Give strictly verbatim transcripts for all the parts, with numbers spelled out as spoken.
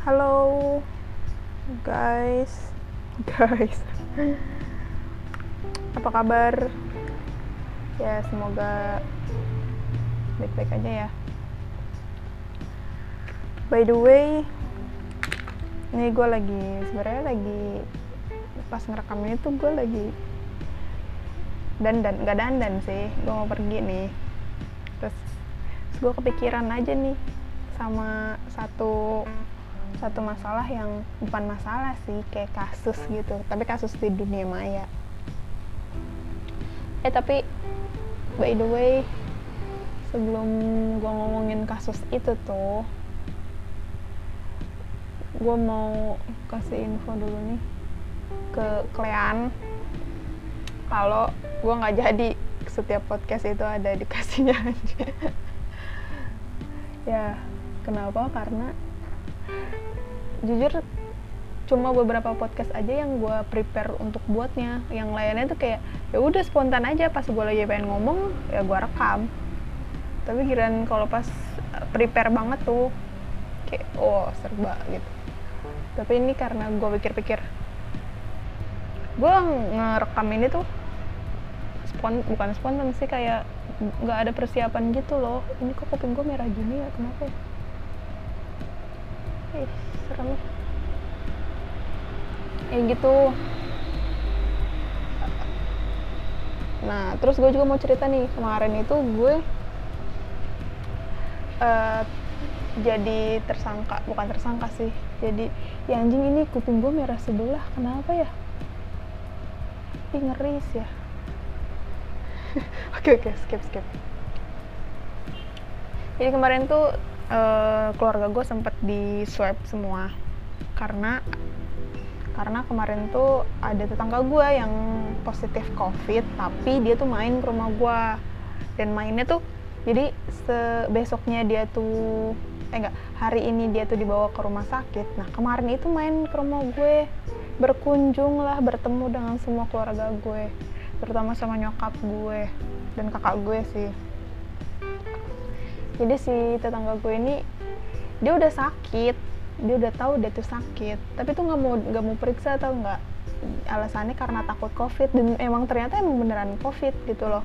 Halo guys, guys, apa kabar? Ya semoga baik-baik aja ya. By the way, ini gue lagi sebenarnya lagi pas ngerekam ini tuh gue lagi dandan, nggak dandan sih, gue mau pergi nih. Terus, terus gue kepikiran aja nih sama satu satu masalah yang bukan masalah sih, kayak kasus gitu, tapi kasus di dunia maya. Eh tapi by the way, sebelum gue ngomongin kasus itu tuh, gue mau kasih info dulu nih ke kalian kalau gue nggak jadi setiap podcast itu ada dikasihnya aja. Ya kenapa? Karena jujur cuma beberapa podcast aja yang gue prepare untuk buatnya, yang lainnya tuh kayak ya udah spontan aja, pas gue lagi pengen ngomong ya gue rekam. Tapi kirain kalau pas prepare banget tuh kayak oh serba gitu. Tapi ini karena gue pikir-pikir, gue ngerekam ini tuh spon bukan spontan sih, kayak nggak ada persiapan gitu loh. Ini kok kuping gue merah gini ya, kenapa ya? Ih, serem ya. Ya gitu. Nah, terus gue juga mau cerita nih, kemarin itu gue uh, jadi tersangka, bukan tersangka sih. Jadi, ya anjing ini kuping gue merah sebelah, kenapa ya? Ih, ngeri sih ya. Oke oke, skip skip. Jadi kemarin tuh uh, keluarga gue sempet di swab semua karena karena kemarin tuh ada tetangga gue yang positif covid, tapi dia tuh main ke rumah gue, dan mainnya tuh jadi besoknya dia tuh eh enggak hari ini dia tuh dibawa ke rumah sakit. Nah kemarin itu main ke rumah gue, berkunjung lah, bertemu dengan semua keluarga gue, terutama sama nyokap gue dan kakak gue sih. Jadi si tetangga gue ini dia udah sakit, dia udah tahu dia tuh sakit, tapi tuh nggak mau nggak mau periksa, atau nggak, alasannya karena takut covid, dan emang ternyata emang beneran covid gitu loh.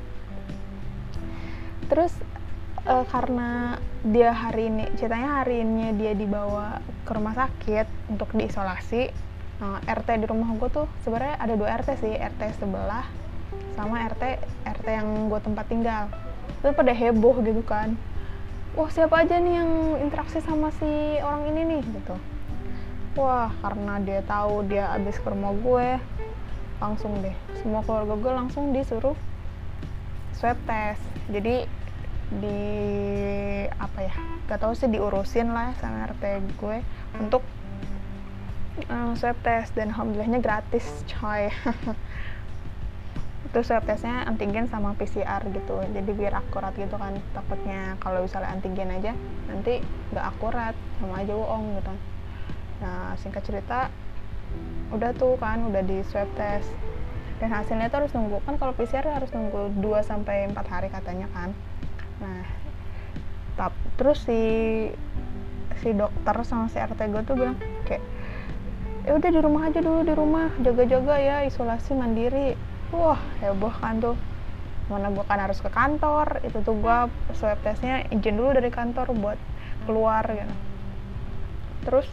Terus uh, karena dia hari ini ceritanya hari ini dia dibawa ke rumah sakit untuk diisolasi. Nah, R T di rumah gue tuh sebenarnya ada dua R T sih, R T sebelah sama R T R T yang gue tempat tinggal. Itu pada heboh gitu kan. Wah siapa aja nih yang interaksi sama si orang ini nih gitu. Wah karena dia tahu dia abis ke rumah gue, langsung deh semua keluarga gue langsung disuruh swab test. Jadi di apa ya, gak tau sih, diurusin lah sama R T gue untuk uh, swab test, dan alhamdulillahnya gratis coy. Itu swab testnya antigen sama P C R gitu, jadi biar akurat gitu kan. Takutnya kalau misalnya antigen aja nanti nggak akurat, sama aja bohong gitu. Nah singkat cerita udah tuh kan, udah di swab test, dan hasilnya tuh harus nunggu kan, kalau P C R harus nunggu dua sampai empat hari katanya kan. Nah tap, terus si si dokter sama si R T gue tuh bilang kayak ya udah di rumah aja dulu, di rumah jaga-jaga ya, isolasi mandiri. Wah heboh kan tuh, mana gue kan harus ke kantor, itu tuh gue swab testnya izin dulu dari kantor buat keluar gitu. Terus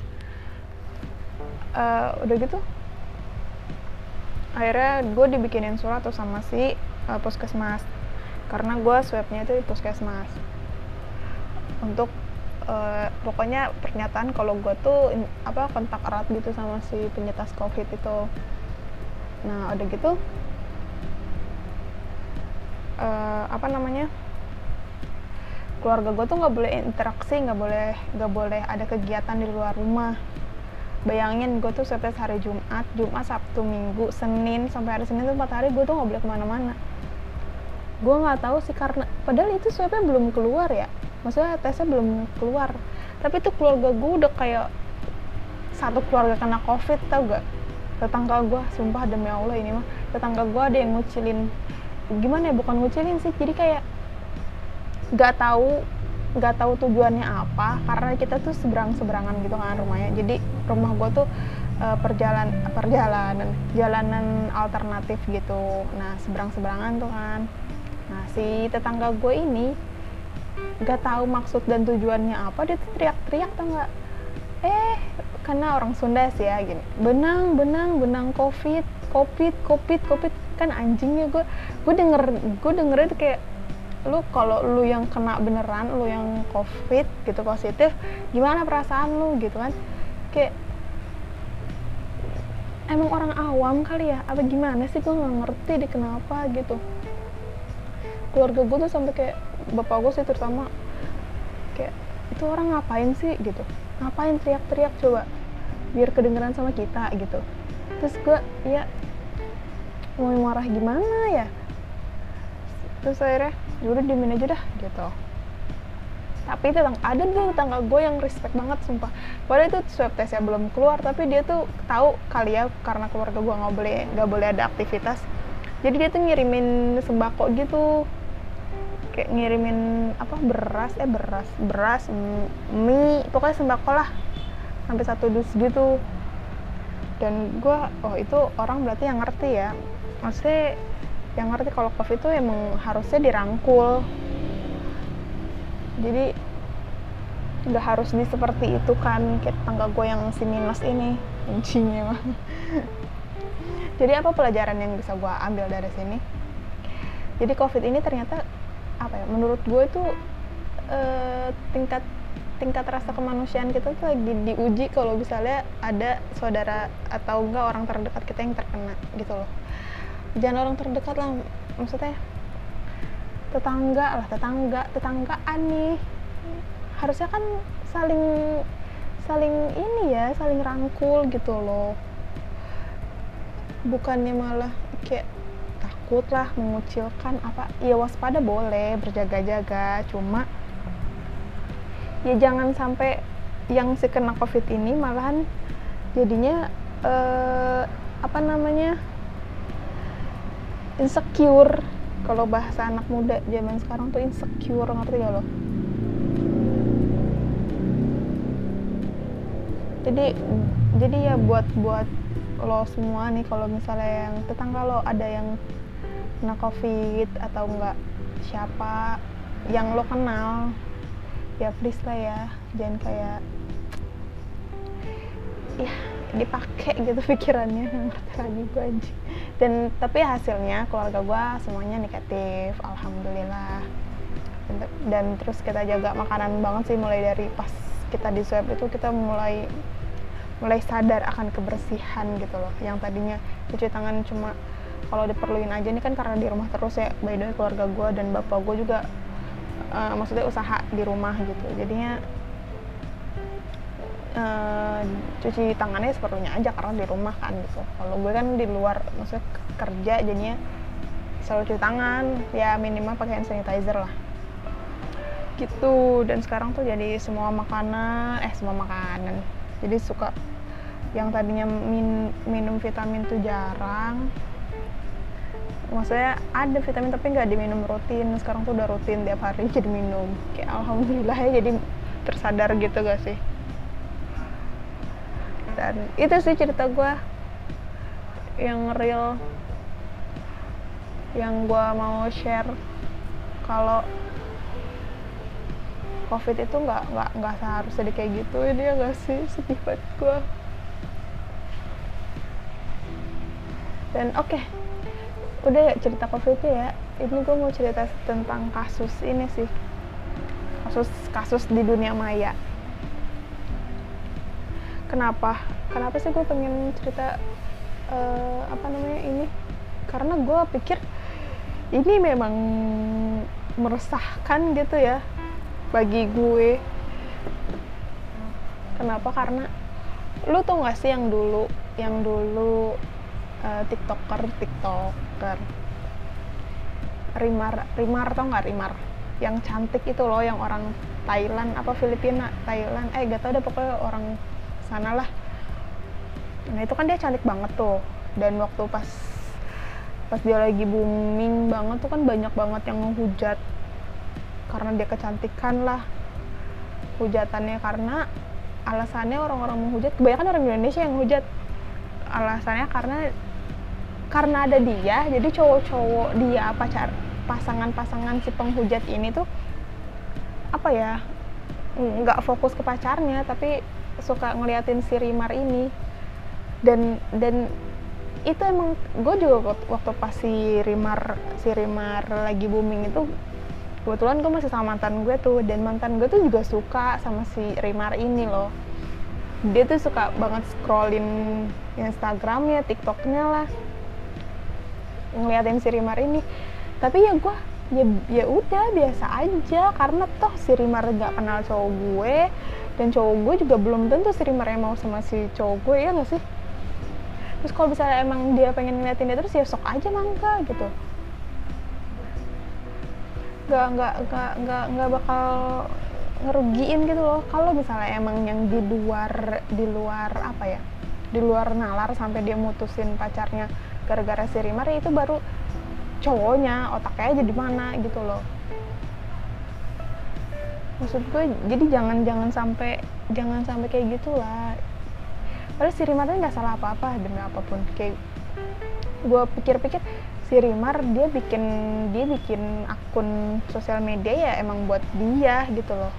uh, udah gitu akhirnya gue dibikinin surat tuh sama si uh, puskesmas, karena gue swabnya itu di puskesmas untuk uh, pokoknya pernyataan kalau gue tuh in, apa kontak erat gitu sama si penyintas covid itu. Nah udah gitu Uh, apa namanya, keluarga gue tuh nggak boleh interaksi, nggak boleh nggak boleh ada kegiatan di luar rumah. Bayangin gue tuh swab test hari Jumat, Jumat, Sabtu, Minggu, Senin sampai hari Senin tuh empat hari gue tuh nggak boleh kemana-mana. Gue nggak tahu sih, karena padahal itu swabnya belum keluar ya, maksudnya tesnya belum keluar, tapi tuh keluarga gue udah kayak satu keluarga kena covid, tau gak? Tetangga gue, sumpah demi Allah ini mah, tetangga gue ada yang ngucilin, gimana ya, bukan ngucilin sih, jadi kayak nggak tahu nggak tahu tujuannya apa, karena kita tuh seberang seberangan gitu kan rumahnya. Jadi rumah gue tuh uh, perjalan perjalanan jalanan alternatif gitu. Nah seberang seberangan tuh kan. Nah si tetangga gue ini nggak tahu maksud dan tujuannya apa, dia tuh teriak-teriak tau nggak, eh karena orang Sunda sih ya gini, benang benang benang covid covid covid covid kan anjingnya. gue gue denger gue dengernya tuh kayak, lu kalau lu yang kena beneran, lu yang covid gitu positif, gimana perasaan lu gitu kan. Kayak emang orang awam kali ya apa gimana sih, gue nggak ngerti deh kenapa gitu. Keluarga gue tuh sampai kayak bapak gue sih terutama kayak, itu orang ngapain sih gitu, ngapain teriak-teriak coba biar kedengeran sama kita gitu. Terus gue ya mau marah gimana ya, terus akhirnya yaudah diemin aja dah gitu. Tapi tetangga, ada tuh tetangga gue yang respect banget sumpah, padahal itu swab testnya belum keluar, tapi dia tuh tahu kali ya karena keluarga gue nggak boleh nggak boleh ada aktivitas, jadi dia tuh ngirimin sembako gitu, kayak ngirimin apa beras eh beras beras mie, pokoknya sembako lah sampai satu dus gitu. Dan gue, oh itu orang berarti yang ngerti ya, maksudnya yang ngerti kalau covid itu emang harusnya dirangkul, jadi nggak harus di seperti itu kan, kayak tetangga gue yang si minus ini kuncinya mah. Jadi apa pelajaran yang bisa gue ambil dari sini? Jadi covid ini ternyata apa ya, menurut gue itu eh, tingkat tingkat rasa kemanusiaan kita tuh lagi diuji kalau misalnya ada saudara atau enggak orang terdekat kita yang terkena gitu loh. Jangan orang terdekat lah, maksudnya tetangga lah, tetangga tetanggaan nih harusnya kan saling saling ini ya, saling rangkul gitu loh, bukannya malah kayak takut lah, mengucilkan apa. Ya waspada boleh, berjaga-jaga, cuma ya jangan sampai yang si kena covid ini malahan jadinya eh, apa namanya insecure. Kalau bahasa anak muda zaman sekarang tuh insecure, ngerti gak lo? Jadi jadi ya buat buat lo semua nih, kalau misalnya yang tetangga lo ada yang kena covid atau enggak siapa yang lo kenal, ya please lah ya, jangan kayak ya dipakai gitu pikirannya, ngerti lagi gue anjing. Dan tapi hasilnya keluarga gue semuanya negatif, alhamdulillah. Dan, dan terus kita jaga makanan banget sih, mulai dari pas kita di swab itu kita mulai mulai sadar akan kebersihan gitu loh. Yang tadinya cuci tangan cuma kalau diperluin aja, nih kan karena di rumah terus ya, by the way keluarga gue dan bapak gue juga uh, maksudnya usaha di rumah gitu, jadinya Uh, cuci tangannya seperlunya aja karena di rumah kan gitu. Kalau gue kan di luar, maksudnya kerja, jadinya selalu cuci tangan, ya minimal pakai hand sanitizer lah gitu. Dan sekarang tuh jadi semua makanan, eh semua makanan, jadi suka yang tadinya min, minum vitamin tuh jarang, maksudnya ada vitamin tapi nggak diminum rutin, sekarang tuh udah rutin tiap hari jadi minum. Kayak alhamdulillah ya, jadi tersadar gitu gak sih. Dan itu sih cerita gue yang real, yang gue mau share. Kalau covid itu nggak nggak nggak seharusnya kayak gitu ya, dia nggak sih, sedih banget gue. Dan oke okay, udah ya cerita covid ya. Ini gue mau cerita tentang kasus ini sih, kasus kasus di dunia maya. Kenapa? Kenapa sih gue pengen cerita uh, apa namanya ini? Karena gue pikir ini memang meresahkan gitu ya bagi gue. Kenapa? Karena lu tau gak sih yang dulu, yang dulu uh, tiktoker, tiktoker, Rimar, Rimar tau gak Rimar? Yang cantik itu loh, yang orang Thailand apa Filipina, Thailand, eh gak tau deh, pokoknya orang sana lah. Nah itu kan dia cantik banget tuh, dan waktu pas pas dia lagi booming banget tuh kan banyak banget yang menghujat karena dia kecantikan lah hujatannya, karena alasannya orang-orang menghujat, kebanyakan orang Indonesia yang hujat, alasannya karena karena ada dia, jadi cowok-cowok dia pacar pasangan-pasangan si penghujat ini tuh apa ya, nggak fokus ke pacarnya tapi suka ngeliatin si Rimar ini. Dan dan itu emang gue juga waktu pas si Rimar si Rimar lagi booming itu, kebetulan gue masih sama mantan gue tuh, dan mantan gue tuh juga suka sama si Rimar ini loh. Dia tuh suka banget scrollin Instagramnya, TikToknya lah, ngeliatin si Rimar ini. Tapi ya gue ya ya udah biasa aja, karena toh si Rimar nggak kenal cowok gue, dan cowok gue juga belum tentu si Rimar yang mau sama si cowok gue, ya nggak sih? Terus kalau misalnya emang dia pengen ngeliatin dia terus, ya sok aja mangga gitu. Nggak nggak nggak nggak nggak bakal ngerugiin gitu loh. Kalau misalnya emang yang di luar di luar apa ya, di luar nalar sampai dia mutusin pacarnya gara-gara si Rimar, ya itu baru cowoknya otaknya aja di mana gitu loh. Maksud gue, jadi jangan jangan sampai jangan sampai kayak gitulah. Padahal si Rimar nggak salah apa-apa demi apapun. Kayak gue pikir-pikir, si Rimar dia bikin dia bikin akun sosial media ya emang buat dia gitu loh.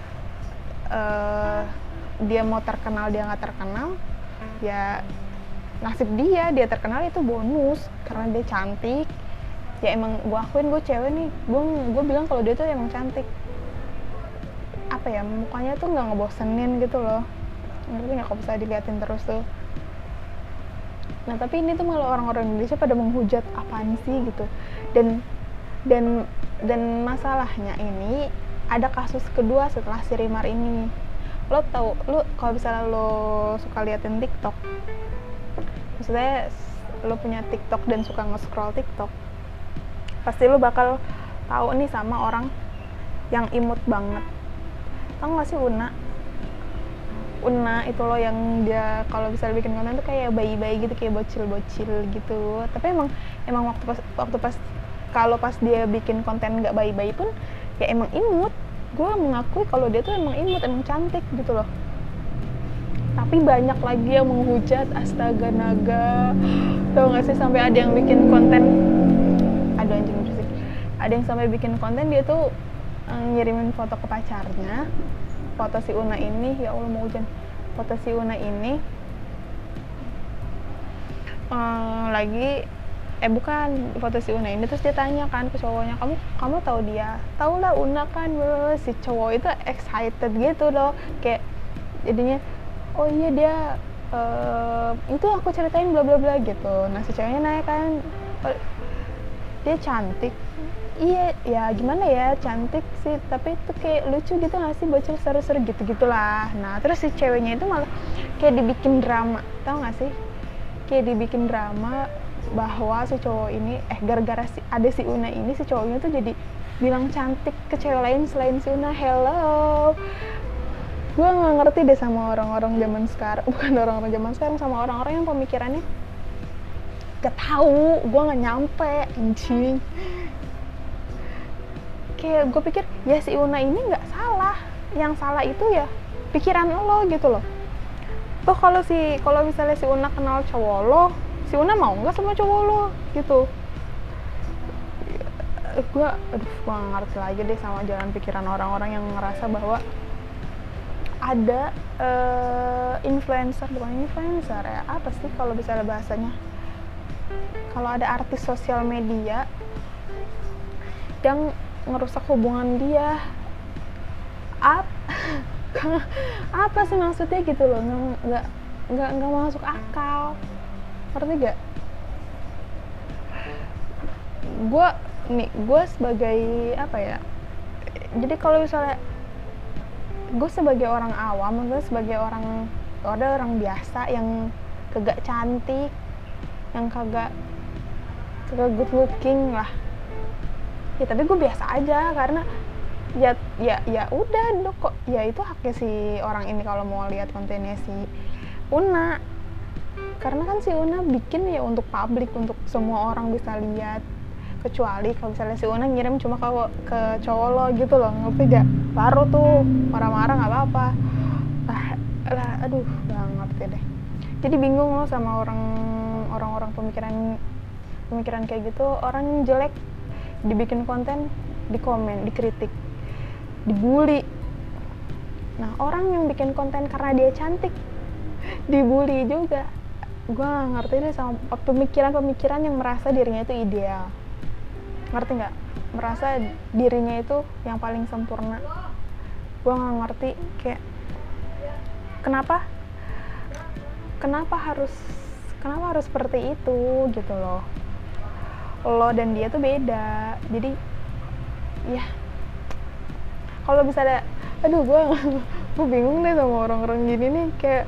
Uh, dia mau terkenal dia nggak terkenal ya nasib dia, dia terkenal itu bonus karena dia cantik. Ya emang gue akuin gue cewek nih, gue gue bilang kalau dia tuh emang cantik. Apa ya, mukanya tuh nggak ngebosenin gitu loh, ngerti nggak, kalau bisa diliatin terus tuh. Nah tapi ini tuh malah orang-orang Indonesia pada menghujat, apaan sih gitu. Dan dan dan masalahnya ini ada kasus kedua setelah si Rimar ini. Lo tau, lo kalau misalnya lo suka liatin TikTok, maksudnya lo punya TikTok dan suka nge-scroll TikTok, pasti lo bakal tahu nih sama orang yang imut banget. Tau gak sih Una? Una itu loh yang dia kalau bisa bikin konten tuh kayak bayi-bayi gitu, kayak bocil-bocil gitu. Tapi emang emang waktu pas waktu pas kalau pas dia bikin konten nggak bayi-bayi pun ya emang imut. Gue mengakui kalau dia tuh emang imut, emang cantik gitu loh. Tapi banyak lagi yang menghujat, astaga naga. Tau gak sih sampai ada yang bikin konten, aduh anjing berisik. Ada yang sampai bikin konten dia tuh ngirimin foto ke pacarnya, foto si Una ini, ya Allah mau hujan, foto si Una ini uh, lagi eh bukan foto si Una ini, terus dia tanya kan ke cowoknya, kamu kamu tahu dia? Tahu lah Una kan. Si cowok itu excited gitu loh, kayak jadinya oh iya dia uh, itu aku ceritain bla bla bla gitu. Nah si ceweknya nanya kan, oh, dia cantik. Iya, ya gimana ya, cantik sih, tapi itu kayak lucu gitu gak sih, bocil seru-seru gitu-gitulah. Nah, terus si ceweknya itu malah kayak dibikin drama, tau gak sih? Kayak dibikin drama bahwa si cowok ini, eh gara-gara si, ada si Una ini, si cowoknya tuh jadi bilang cantik ke cewek lain selain si Una. Hello, gue gak ngerti deh sama orang-orang zaman sekarang, bukan orang-orang zaman sekarang, sama orang-orang yang pemikirannya gak tahu, gue gak nyampe, anjing. Kayak gue pikir ya si Una ini nggak salah, yang salah itu ya pikiran lo gitu loh. Tuh kalau si kalau misalnya si Una kenal cowok lo, si Una mau nggak sama cowok lo gitu. Gue aduh gue nggak ngerti lagi deh sama jalan pikiran orang-orang yang ngerasa bahwa ada uh, influencer, bukan influencer ya, apa sih kalau misalnya bahasanya, kalau ada artis sosial media yang ngerusak hubungan dia. Ap apa sih maksudnya gitu loh, nggak nggak nggak masuk akal, ngerti gak? Gue nih gue sebagai apa ya, jadi kalau misalnya gue sebagai orang awam, maksudnya sebagai orang ada orang biasa yang kagak cantik, yang kagak kagak good looking lah, ya tapi gue biasa aja karena ya ya ya udah lo kok, ya itu haknya si orang ini kalau mau lihat kontennya si Una, karena kan si Una bikin ya untuk publik, untuk semua orang bisa lihat. kecuali kalau misalnya si Una ngirim cuma ke ke cowok lo gitu loh, ngerti gak? Baru tuh marah-marah nggak apa-apa. Lah, lah, aduh, nggak ngerti deh. Jadi bingung loh sama orang orang-orang pemikiran pemikiran kayak gitu. Orang jelek dibikin konten, dikomen, dikritik, dibully. Nah, orang yang bikin konten karena dia cantik dibully juga. Gue gak ngerti deh sama pemikiran-pemikiran yang merasa dirinya itu ideal. Ngerti nggak? Merasa dirinya itu yang paling sempurna. Gue gak ngerti kayak kenapa kenapa harus kenapa harus seperti itu gitu loh. Lo dan dia tuh beda. Jadi ya kalau bisa ada, aduh gue gue bingung deh sama orang-orang gini nih, kayak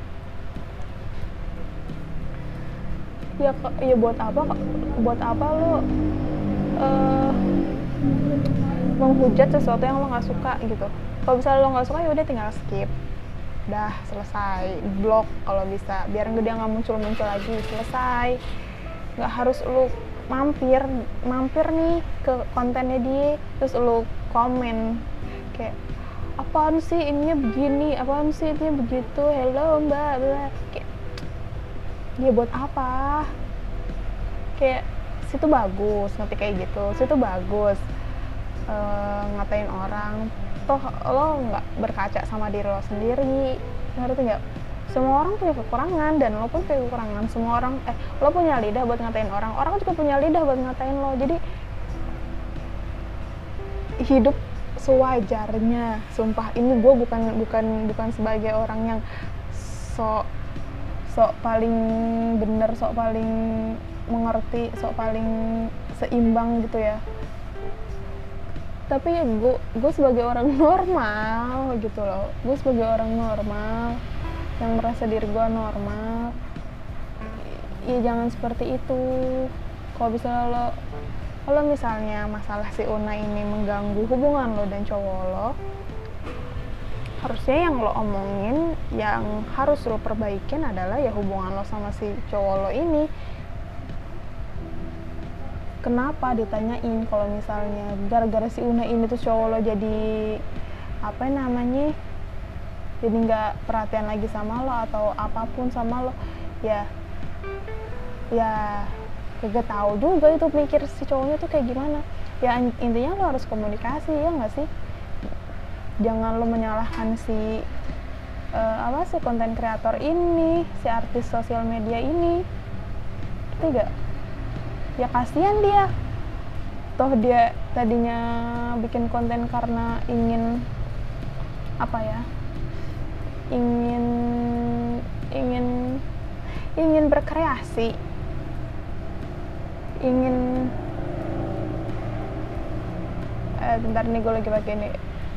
ya ya buat apa buat apa lo uh, menghujat sesuatu yang lo nggak suka gitu. Kalau misalnya lo nggak suka ya udah tinggal skip, udah selesai, blok kalau bisa, biar dia nggak muncul-muncul lagi, selesai. Nggak harus lo mampir mampir nih ke kontennya dia terus lo komen kayak apaan sih ininya begini, apaan sih ininya begitu, hello mbak, bla. Kayak dia buat apa? Kayak situ bagus nanti kayak gitu, situ bagus e, ngatain orang, toh lo nggak berkaca sama diri lo sendiri, ngerti nggak? Semua orang punya kekurangan dan lo pun punya kekurangan. Semua orang eh lo punya lidah buat ngatain orang, orang juga punya lidah buat ngatain lo. Jadi hidup sewajarnya. Sumpah ini gue bukan bukan bukan sebagai orang yang sok sok paling bener, sok paling mengerti, sok paling seimbang gitu ya. Tapi ya gue gue sebagai orang normal gitu loh. Gue sebagai orang normal yang merasa diri gue normal, ya jangan seperti itu. Kalau bisa lo kalau misalnya masalah si Una ini mengganggu hubungan lo dan cowok lo, harusnya yang lo omongin, yang harus lo perbaikin adalah ya hubungan lo sama si cowok lo ini. Kenapa ditanyain kalau misalnya gara-gara si Una ini tuh cowok lo jadi apa namanya, jadi nggak perhatian lagi sama lo atau apapun sama lo, ya ya gak tahu juga itu mikir si cowoknya tuh kayak gimana. Ya intinya lo harus komunikasi, ya nggak sih? Jangan lo menyalahkan si uh, apa sih konten kreator ini, si artis sosial media ini, tidak? Ya kasihan dia. Toh dia tadinya bikin konten karena ingin apa ya? Ingin ingin ingin berkreasi, ingin eh, bentar nih gue lagi pakai nih.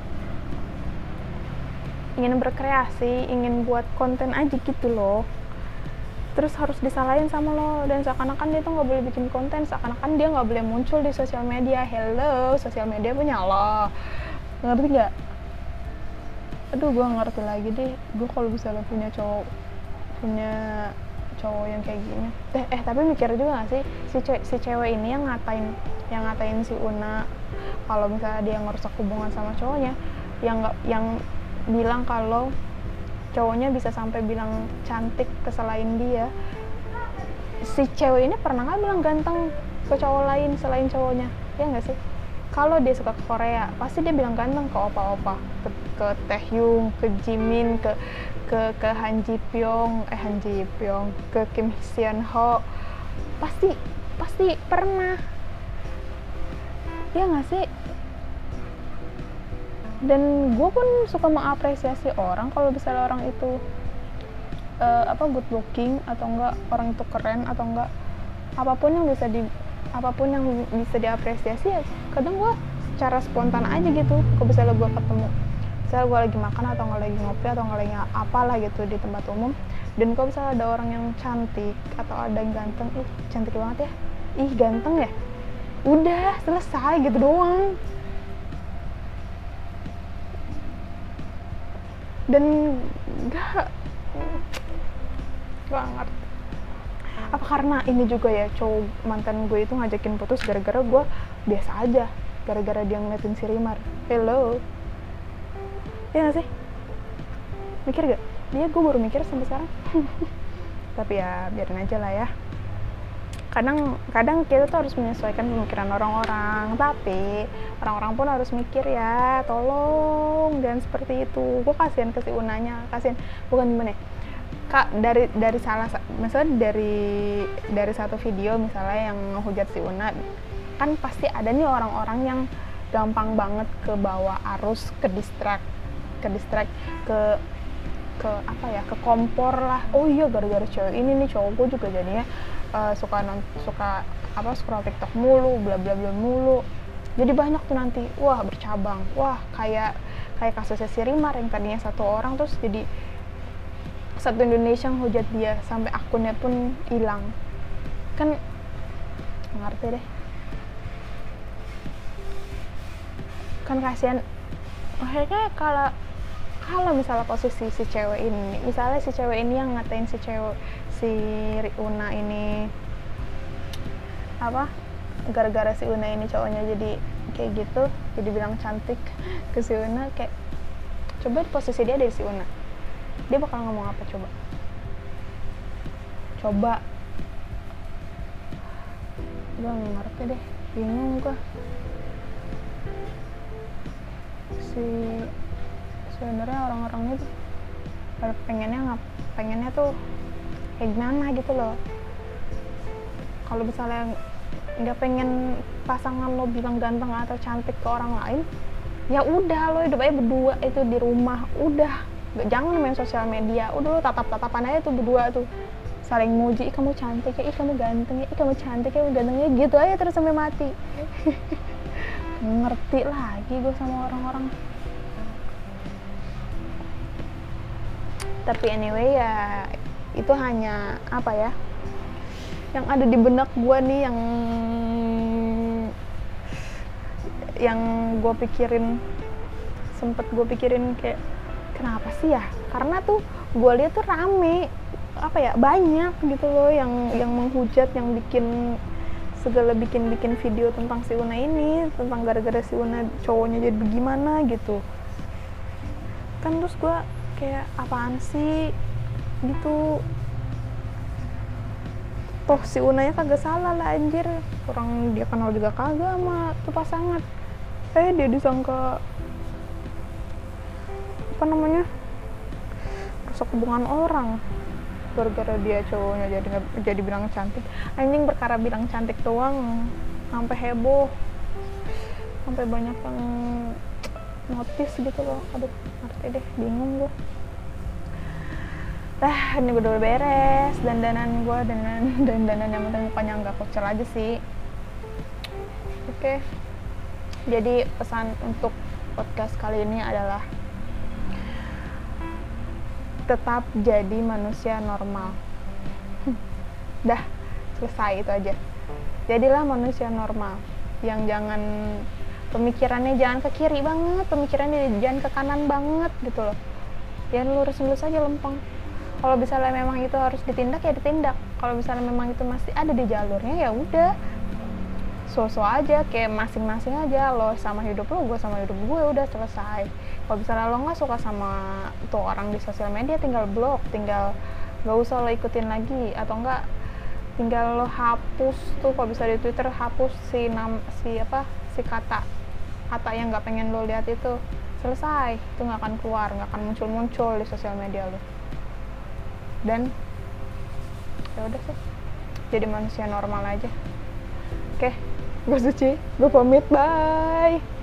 Ingin berkreasi, ingin buat konten aja gitu loh. Terus harus disalahin sama lo, dan seakan-akan dia tuh nggak boleh bikin konten, seakan-akan dia nggak boleh muncul di sosial media. Hello, sosial media punya lo, ngerti nggak? Aduh, gue ngerti lagi deh. Gue kalau misalnya punya cowok, punya cowok yang kayak gini, eh, eh tapi mikir juga nggak sih si, ce si cewek ini yang ngatain, yang ngatain si Una kalau misalnya dia ngerusak hubungan sama cowoknya, yang nggak, yang bilang kalau cowoknya bisa sampai bilang cantik ke selain dia. Si cewek ini pernah nggak bilang ganteng ke cowok lain selain cowoknya? Ya nggak sih? Kalau dia suka ke Korea, pasti dia bilang ganteng ke opa-opa, ke, ke Taehyung, ke Jimin, ke ke ke Han Ji Pyong, eh Han Ji Pyong, ke Kim Seon Ho. Pasti pasti pernah. Ya nggak sih? Dan gue pun suka mengapresiasi orang kalau misalnya orang itu uh, apa good looking atau enggak, orang itu keren atau enggak, apapun yang bisa di apapun yang bisa diapresiasi, ya kadang gue secara spontan aja gitu. Kalau misalnya gue ketemu, misalnya gue lagi makan atau nggak lagi ngopi atau nggak lagi apalah gitu di tempat umum, dan kalau misalnya ada orang yang cantik atau ada yang ganteng, ih cantik banget ya, ih ganteng ya, udah selesai gitu doang. Dan gak gak ngerti Apa karena ini juga ya, cowok mantan gue itu ngajakin putus gara-gara gue biasa aja, gara-gara dia ngeliatin si Rimar. Hello, iya gak sih? Mikir gak? Dia gue baru mikir sampai sekarang. Tapi ya biarin aja lah ya. Kadang kadang kita tuh harus menyesuaikan pemikiran orang-orang, tapi orang-orang pun harus mikir ya, tolong jangan seperti itu. Gue kasihan ke si Unanya, kasihan, bukan gimana ya, Kak, dari dari salah, misalnya dari dari satu video misalnya yang ngehujat si Una, kan pasti ada nih orang-orang yang gampang banget ke bawah arus, ke distract, ke distract, ke ke apa ya, ke kompor lah. Oh iya, gara-gara cewek ini nih cowok gue juga jadinya uh, suka suka apa scroll TikTok mulu, bla bla bla mulu. Jadi banyak tuh nanti, wah bercabang, wah kayak kayak kasusnya si Rimar yang tadinya satu orang terus jadi satu Indonesia ngehujat dia sampai akunnya pun hilang. Kan ngerti deh. Kan kasihan. Akhirnya kalau kalau misalnya posisi si cewek ini, misalnya si cewek ini yang ngatain si cewek si Una ini apa? Gara-gara si Una ini cowoknya jadi kayak gitu, jadi bilang cantik ke si Una, kayak coba posisi dia dari si Una, dia bakal ngomong apa coba? Coba. Gue gak ngerti deh, bingung gue. Si sebenarnya orang-orang itu pengennya ngap, pengennya tuh kayak gimana gitu loh. Kalau misalnya nggak pengen pasangan lo bilang ganteng atau cantik ke orang lain, ya udah lo hidup aja berdua itu di rumah, udah jangan main sosial media, udah lo tatap-tatapan aja tuh berdua tuh, saling muji, ih kamu cantik ya, ih kamu ganteng ya, ih kamu cantik ya, kamu ganteng ya, gitu aja terus sampai mati. Ngerti lagi gue sama orang-orang. Tapi anyway ya itu hanya apa ya yang ada di benak gue nih, yang yang gue pikirin, sempet gue pikirin kayak kenapa sih ya, karena tuh gue lihat tuh rame, apa ya, banyak gitu loh yang yang menghujat, yang bikin segala bikin bikin video tentang si Una ini, tentang gara-gara si Una cowoknya jadi bagaimana gitu kan. Terus gue kayak apaan sih gitu, toh si Unanya kagak salah lah anjir, orang dia kenal juga kagak sama tuh pasangan, eh dia disangka apa namanya rusak hubungan orang gara-gara dia cowoknya jadi jadi bilang cantik. Anjing, perkara bilang cantik doang sampai heboh, sampai banyak yang notice gitu loh. Aduh, ngerti deh, bingung gue. Dah, ini udah beres dandanan gue, dandanan dandanan yang penting mukanya nggak kucel aja sih. Oke, jadi pesan untuk podcast kali ini adalah tetap jadi manusia normal. Dah, selesai itu aja. Jadilah manusia normal yang jangan pemikirannya jangan ke kiri banget, pemikirannya jangan ke kanan banget gitu loh. Jangan lurus-lurus aja lempeng. Kalau misalnya memang itu harus ditindak ya ditindak. Kalau misalnya memang itu masih ada di jalurnya ya udah. So-so aja, kayak masing-masing aja, lo sama hidup lo, gue sama hidup gue, udah selesai. Kalau misalnya lo nggak suka sama tuh orang di sosial media, tinggal blok, tinggal nggak usah lo ikutin lagi, atau enggak tinggal lo hapus tuh. Kalau bisa di Twitter hapus si nam si apa si kata kata yang nggak pengen lo lihat itu, selesai. Itu nggak akan keluar, nggak akan muncul-muncul di sosial media lo. Dan ya udah sih, jadi manusia normal aja. Oke, gue Suci, gue pamit, bye.